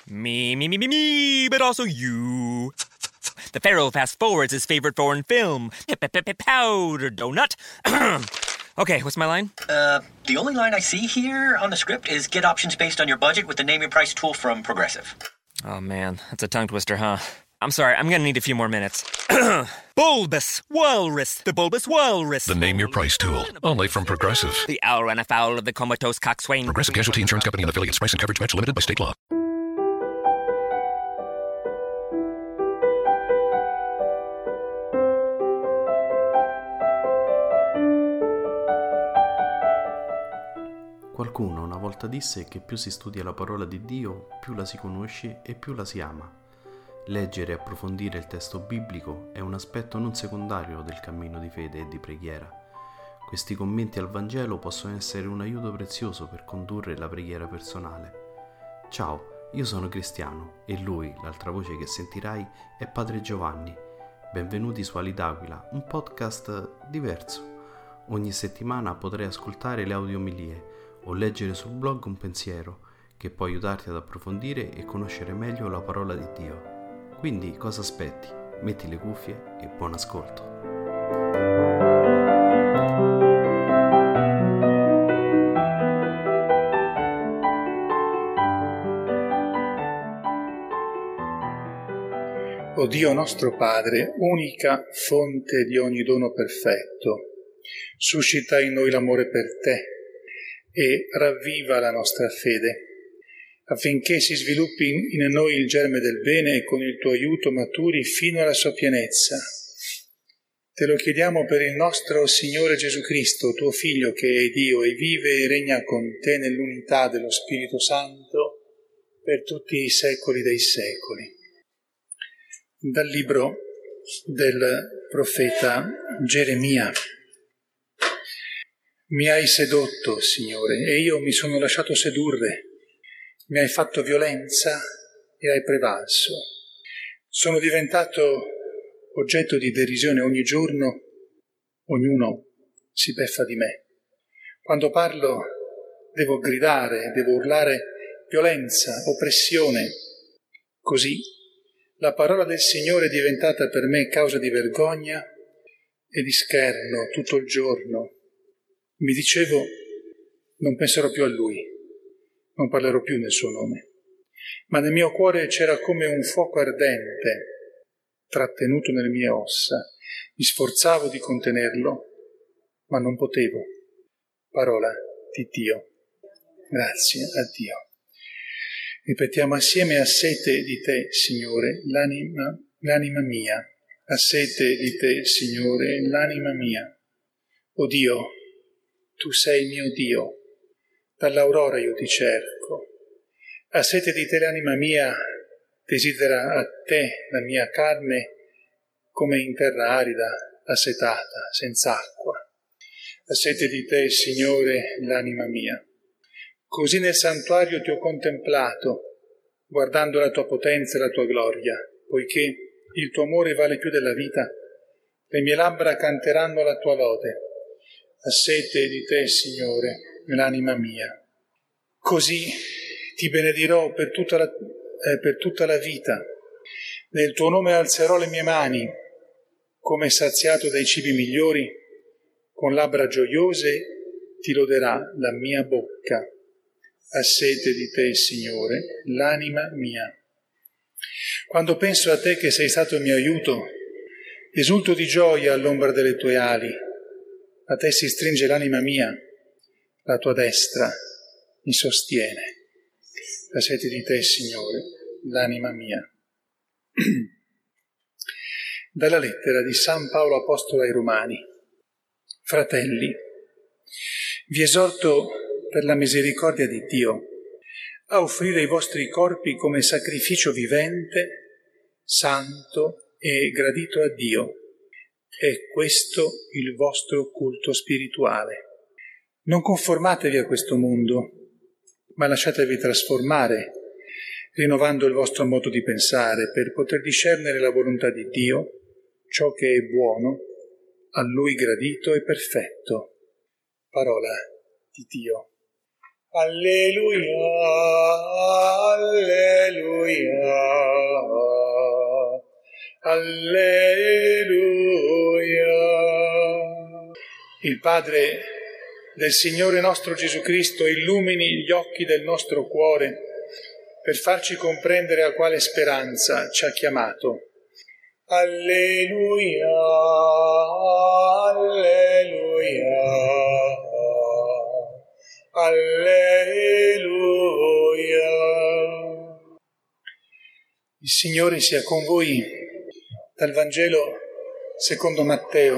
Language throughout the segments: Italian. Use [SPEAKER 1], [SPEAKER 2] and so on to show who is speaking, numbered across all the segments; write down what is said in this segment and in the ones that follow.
[SPEAKER 1] Me, but also you. The Pharaoh fast forwards his favorite foreign film, Powder Donut. Okay, what's my line?
[SPEAKER 2] The only line I see here on the script is get options based on your budget with the Name Your Price tool from Progressive.
[SPEAKER 1] Oh man, that's a tongue twister, huh? I'm sorry, I'm gonna need a few more minutes. Bulbous Walrus, the Bulbous Walrus.
[SPEAKER 3] The Name Your Price tool, only from Progressive.
[SPEAKER 1] The owl ran afoul of the comatose coxswain.
[SPEAKER 3] Progressive Casualty Insurance Company and affiliates. Price and coverage match limited by state law.
[SPEAKER 4] Qualcuno una volta disse che più si studia la parola di Dio, più la si conosce e più la si ama. Leggere e approfondire il testo biblico è un aspetto non secondario del cammino di fede e di preghiera. Questi commenti al Vangelo possono essere un aiuto prezioso per condurre la preghiera personale. Ciao, io sono Cristiano e lui, l'altra voce che sentirai, è Padre Giovanni. Benvenuti su Ali d'Aquila, un podcast diverso. Ogni settimana potrai ascoltare le audiomilie o leggere sul blog un pensiero che può aiutarti ad approfondire e conoscere meglio la parola di Dio. Quindi cosa aspetti? Metti le cuffie e buon ascolto.
[SPEAKER 5] O Dio nostro Padre, unica fonte di ogni dono perfetto, suscita in noi l'amore per Te e ravviva la nostra fede, affinché si sviluppi in noi il germe del bene e con il Tuo aiuto maturi fino alla sua pienezza. Te lo chiediamo per il nostro Signore Gesù Cristo, Tuo Figlio, che è Dio e vive e regna con Te nell'unità dello Spirito Santo per tutti i secoli dei secoli. Dal libro del profeta Geremia. Mi hai sedotto, Signore, e io mi sono lasciato sedurre. Mi hai fatto violenza e hai prevalso. Sono diventato oggetto di derisione ogni giorno, ognuno si beffa di me. Quando parlo devo gridare, devo urlare violenza, oppressione. Così la parola del Signore è diventata per me causa di vergogna e di scherno tutto il giorno. Mi dicevo, non penserò più a Lui, non parlerò più nel suo nome. Ma nel mio cuore c'era come un fuoco ardente, trattenuto nelle mie ossa. Mi sforzavo di contenerlo, ma non potevo. Parola di Dio. Grazie a Dio. Ripetiamo assieme: a sete di Te, Signore, l'anima mia. A sete di Te, Signore, l'anima mia. O Dio, Tu sei mio Dio, dall'aurora io ti cerco. A sete di Te l'anima mia desidera a Te la mia carne, come in terra arida, assetata, senza acqua. A sete di Te, Signore, l'anima mia. Così nel santuario ti ho contemplato, guardando la Tua potenza e la Tua gloria, poiché il Tuo amore vale più della vita, le mie labbra canteranno la Tua lode. A sete di Te, Signore, l'anima mia. Così ti benedirò per tutta la vita. Nel Tuo nome alzerò le mie mani, come saziato dai cibi migliori, con labbra gioiose ti loderà la mia bocca. A sete di Te, Signore, l'anima mia. Quando penso a Te che sei stato il mio aiuto, esulto di gioia all'ombra delle Tue ali. A Te si stringe l'anima mia, la Tua destra mi sostiene. A sete di Te, Signore, l'anima mia. Dalla lettera di San Paolo Apostolo ai Romani. Fratelli, vi esorto per la misericordia di Dio a offrire i vostri corpi come sacrificio vivente, santo e gradito a Dio. È questo il vostro culto spirituale. Non conformatevi a questo mondo, ma lasciatevi trasformare, rinnovando il vostro modo di pensare, per poter discernere la volontà di Dio, ciò che è buono, a Lui gradito e perfetto. Parola di Dio. Alleluia, alleluia. Alleluia. Il Padre del Signore nostro Gesù Cristo illumini gli occhi del nostro cuore per farci comprendere a quale speranza ci ha chiamato. Alleluia, alleluia, alleluia. Il Signore sia con voi. Dal Vangelo secondo Matteo.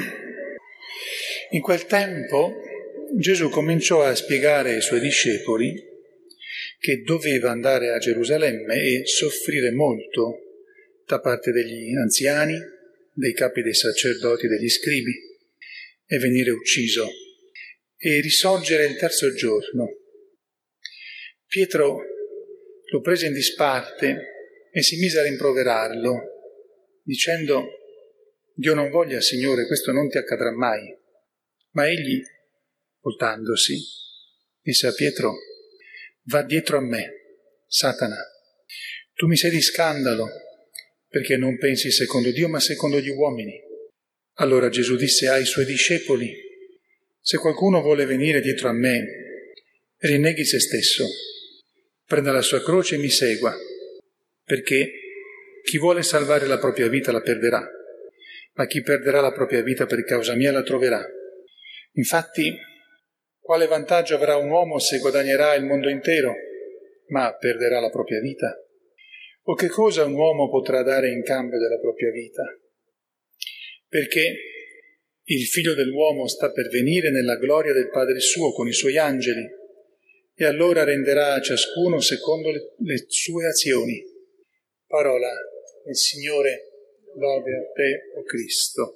[SPEAKER 5] In quel tempo Gesù cominciò a spiegare ai suoi discepoli che doveva andare a Gerusalemme e soffrire molto da parte degli anziani, dei capi dei sacerdoti e degli scribi, e venire ucciso e risorgere il terzo giorno. Pietro lo prese in disparte e si mise a rimproverarlo, dicendo: Dio non voglia, Signore, questo non ti accadrà mai. Ma egli, voltandosi, disse a Pietro: va dietro a me, Satana, tu mi sei di scandalo, perché non pensi secondo Dio ma secondo gli uomini. Allora Gesù disse ai suoi discepoli: se qualcuno vuole venire dietro a me, rinneghi se stesso, prenda la sua croce e mi segua, perché chi vuole salvare la propria vita la perderà, ma chi perderà la propria vita per causa mia la troverà. Infatti, quale vantaggio avrà un uomo se guadagnerà il mondo intero, ma perderà la propria vita? O che cosa un uomo potrà dare in cambio della propria vita? Perché il Figlio dell'uomo sta per venire nella gloria del Padre suo con i suoi angeli, e allora renderà a ciascuno secondo le sue azioni. Parola del Signore, lode a te, o Cristo.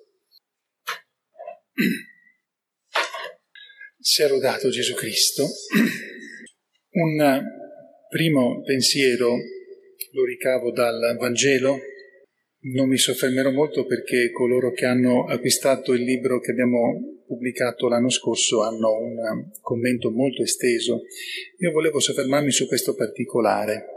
[SPEAKER 5] Sia lodato Gesù Cristo. Un primo pensiero lo ricavo dal Vangelo. Non mi soffermerò molto perché coloro che hanno acquistato il libro che abbiamo pubblicato l'anno scorso hanno un commento molto esteso. Io volevo soffermarmi su questo particolare.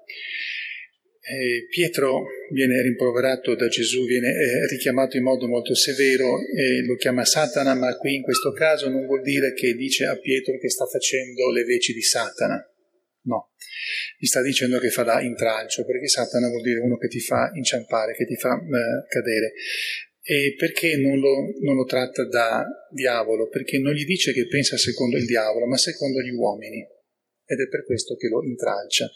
[SPEAKER 5] Pietro viene rimproverato da Gesù, viene richiamato in modo molto severo e lo chiama Satana, ma qui in questo caso non vuol dire che dice a Pietro che sta facendo le veci di Satana. No, gli sta dicendo che fa da intralcio, perché Satana vuol dire uno che ti fa inciampare, che ti fa cadere. E perché non lo tratta da diavolo? Perché non gli dice che pensa secondo il diavolo, ma secondo gli uomini. Ed è per questo che lo intralcia.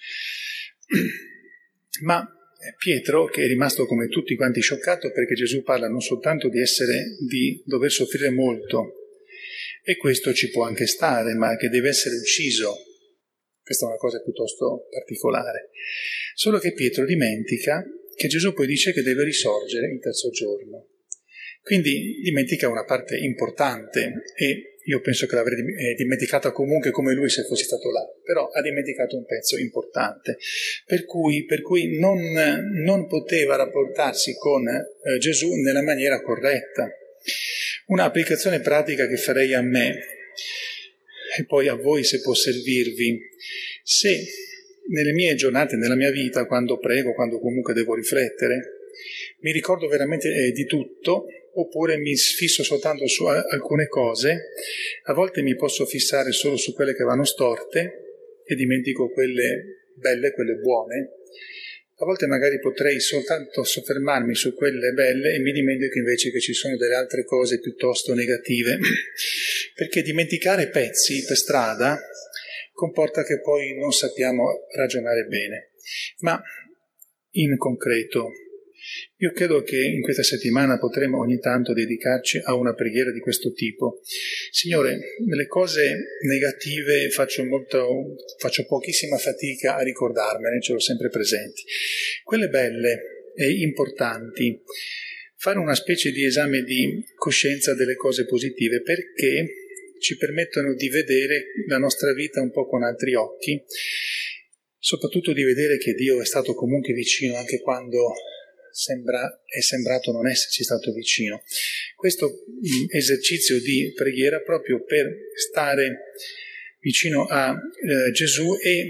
[SPEAKER 5] Ma Pietro, che è rimasto come tutti quanti scioccato perché Gesù parla non soltanto di dover soffrire molto, e questo ci può anche stare, ma che deve essere ucciso. Questa è una cosa piuttosto particolare. Solo che Pietro dimentica che Gesù poi dice che deve risorgere il terzo giorno. Quindi dimentica una parte importante, e io penso che l'avrei dimenticata comunque come lui se fossi stato là, però ha dimenticato un pezzo importante, per cui non poteva rapportarsi con Gesù nella maniera corretta. Un'applicazione pratica che farei a me, e poi a voi se può servirvi: se nelle mie giornate, nella mia vita, quando prego, quando comunque devo riflettere, mi ricordo veramente di tutto, oppure mi fisso soltanto su alcune cose, a volte mi posso fissare solo su quelle che vanno storte e dimentico quelle belle, quelle buone. A volte magari potrei soltanto soffermarmi su quelle belle e mi dimentico invece che ci sono delle altre cose piuttosto negative, perché dimenticare pezzi per strada comporta che poi non sappiamo ragionare bene. Ma in concreto, io credo che in questa settimana potremo ogni tanto dedicarci a una preghiera di questo tipo. Signore, nelle cose negative faccio pochissima fatica a ricordarmene, ce l'ho sempre presenti. Quelle belle e importanti, fare una specie di esame di coscienza delle cose positive, perché ci permettono di vedere la nostra vita un po' con altri occhi, soprattutto di vedere che Dio è stato comunque vicino anche quando è sembrato non esserci stato vicino. Questo esercizio di preghiera proprio per stare vicino a Gesù e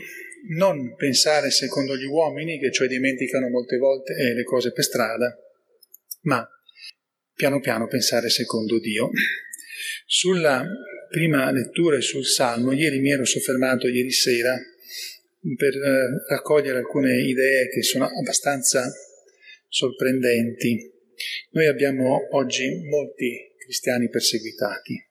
[SPEAKER 5] non pensare secondo gli uomini, che cioè dimenticano molte volte le cose per strada, ma piano piano pensare secondo Dio. Sulla prima lettura e sul Salmo, ieri mi ero soffermato, ieri sera, per raccogliere alcune idee che sono abbastanza sorprendenti. Noi abbiamo oggi molti cristiani perseguitati.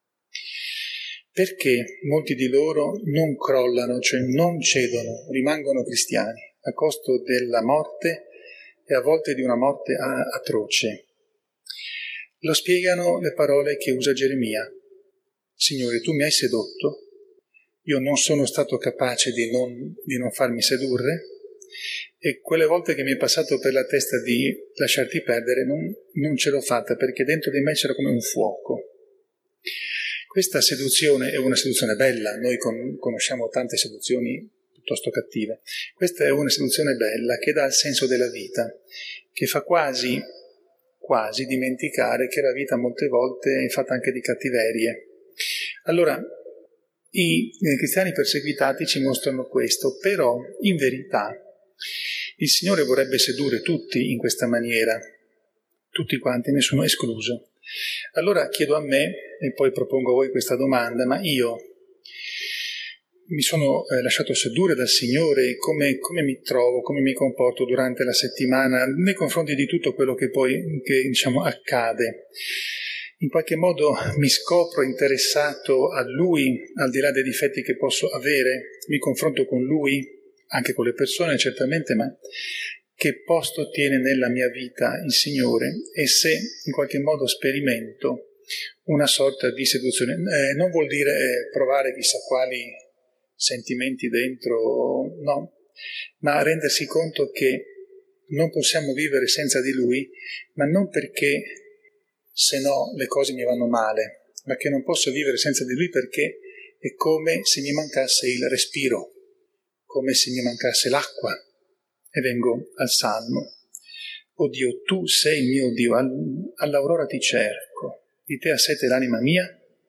[SPEAKER 5] Perché molti di loro non crollano, cioè non cedono, rimangono cristiani, a costo della morte e a volte di una morte atroce? Lo spiegano le parole che usa Geremia. Signore, tu mi hai sedotto, io non sono stato capace di non farmi sedurre, e quelle volte che mi è passato per la testa di lasciarti perdere, non ce l'ho fatta, perché dentro di me c'era come un fuoco. Questa seduzione è una seduzione bella, noi conosciamo tante seduzioni piuttosto cattive. Questa è una seduzione bella che dà il senso della vita, che fa quasi dimenticare che la vita molte volte è fatta anche di cattiverie. Allora, i cristiani perseguitati ci mostrano questo, però in verità il Signore vorrebbe sedurre tutti in questa maniera, tutti quanti, nessuno escluso. Allora chiedo a me, e poi propongo a voi questa domanda, ma io mi sono lasciato sedurre dal Signore, come mi trovo, come mi comporto durante la settimana nei confronti di tutto quello che accade. In qualche modo mi scopro interessato a Lui, al di là dei difetti che posso avere, mi confronto con Lui, anche con le persone certamente, ma che posto tiene nella mia vita il Signore, e se in qualche modo sperimento una sorta di seduzione. Non vuol dire provare chissà quali sentimenti dentro, no, ma rendersi conto che non possiamo vivere senza di Lui, ma non perché se no le cose mi vanno male, ma che non posso vivere senza di Lui perché è come se mi mancasse il respiro, come se mi mancasse l'acqua. E vengo al Salmo. O Dio, tu sei il mio Dio, all'aurora ti cerco, di te ha sete l'anima mia,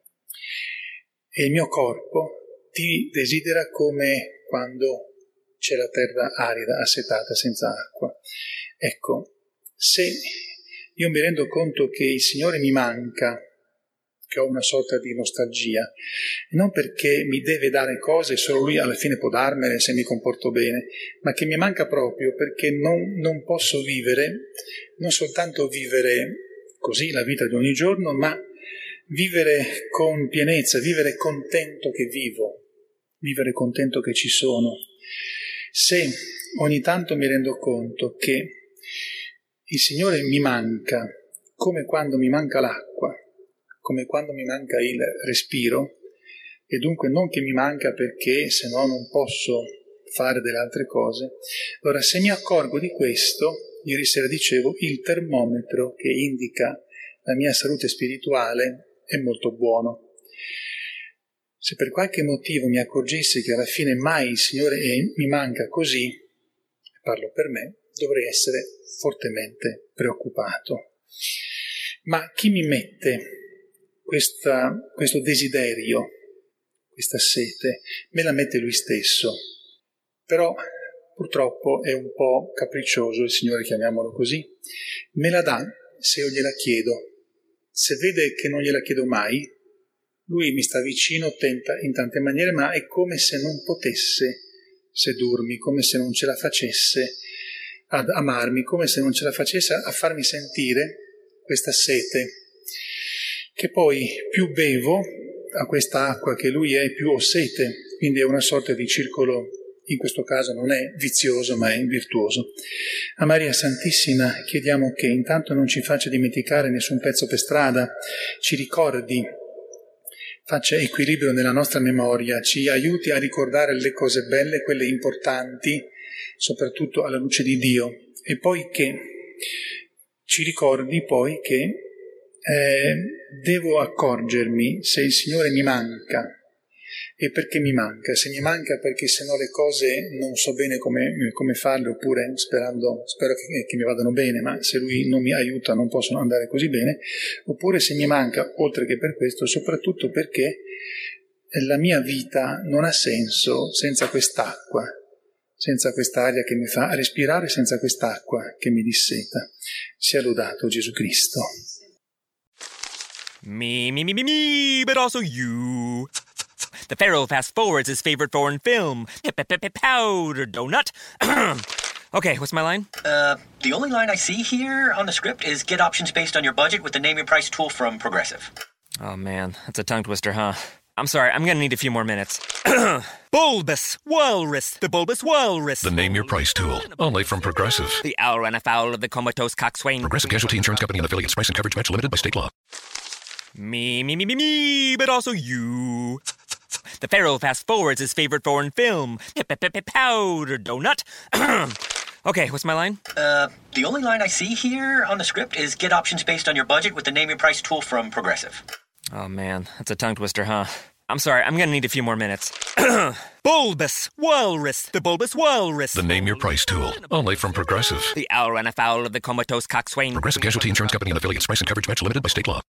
[SPEAKER 5] e il mio corpo ti desidera come quando c'è la terra arida, assetata, senza acqua. Ecco, se io mi rendo conto che il Signore mi manca, che ho una sorta di nostalgia, non perché mi deve dare cose, solo Lui alla fine può darmele se mi comporto bene, ma che mi manca proprio perché non posso vivere, non soltanto vivere così la vita di ogni giorno, ma vivere con pienezza, vivere contento che vivo, vivere contento che ci sono. Se ogni tanto mi rendo conto che il Signore mi manca, come quando mi manca l'acqua, come quando mi manca il respiro, e dunque non che mi manca perché se no non posso fare delle altre cose. Allora, se mi accorgo di questo, ieri sera dicevo, il termometro che indica la mia salute spirituale è molto buono. Se per qualche motivo mi accorgessi che alla fine mai il Signore mi manca così, parlo per me, dovrei essere fortemente preoccupato. Ma chi mi mette questo desiderio, questa sete? Me la mette Lui stesso. Però purtroppo è un po' capriccioso il Signore, chiamiamolo così. Me la dà se io gliela chiedo. Se vede che non gliela chiedo mai, Lui mi sta vicino, tenta in tante maniere, ma è come se non potesse sedurmi, come se non ce la facesse ad amarmi, come se non ce la facesse a farmi sentire questa sete, che poi più bevo a questa acqua che Lui è, più ho sete, quindi è una sorta di circolo, in questo caso non è vizioso ma è virtuoso. A Maria Santissima chiediamo che intanto non ci faccia dimenticare nessun pezzo per strada, ci ricordi, faccia equilibrio nella nostra memoria, ci aiuti a ricordare le cose belle, quelle importanti, soprattutto alla luce di Dio, e poi che ci ricordi poi che devo accorgermi se il Signore mi manca. E perché mi manca? Se mi manca perché se no le cose non so bene come farle, oppure spero che mi vadano bene, ma se Lui non mi aiuta non possono andare così bene, oppure se mi manca, oltre che per questo, soprattutto perché la mia vita non ha senso senza quest'acqua, senza quest'aria che mi fa respirare, senza quest'acqua che mi disseta. Sia lodato Gesù Cristo.
[SPEAKER 1] Me, but also you. The Pharaoh fast forwards his favorite foreign film, Powder Donut. Okay, what's my line?
[SPEAKER 2] The only line I see here on the script is get options based on your budget with the Name Your Price tool from Progressive.
[SPEAKER 1] Oh man, that's a tongue twister, huh? I'm sorry, I'm gonna need a few more minutes. Bulbous Walrus, the Bulbous Walrus.
[SPEAKER 3] The Name Your Price tool, only from Progressive.
[SPEAKER 1] The owl ran afoul of the comatose coxswain.
[SPEAKER 3] Progressive Casualty Insurance Company and affiliates. Price and coverage match limited by state law.
[SPEAKER 1] Me, but also you. The Pharaoh fast forwards his favorite foreign film, Powder Donut. Okay, what's my line?
[SPEAKER 2] The only line I see here on the script is get options based on your budget with the Name Your Price tool from Progressive.
[SPEAKER 1] Oh man, that's a tongue twister, huh? I'm sorry, I'm gonna need a few more minutes. Bulbous Walrus, the Bulbous Walrus.
[SPEAKER 3] The Name Your Price tool, only from Progressive.
[SPEAKER 1] The owl ran afoul of the comatose coxswain.
[SPEAKER 3] Progressive Casualty Insurance Company and affiliates. Price and coverage match limited by state law.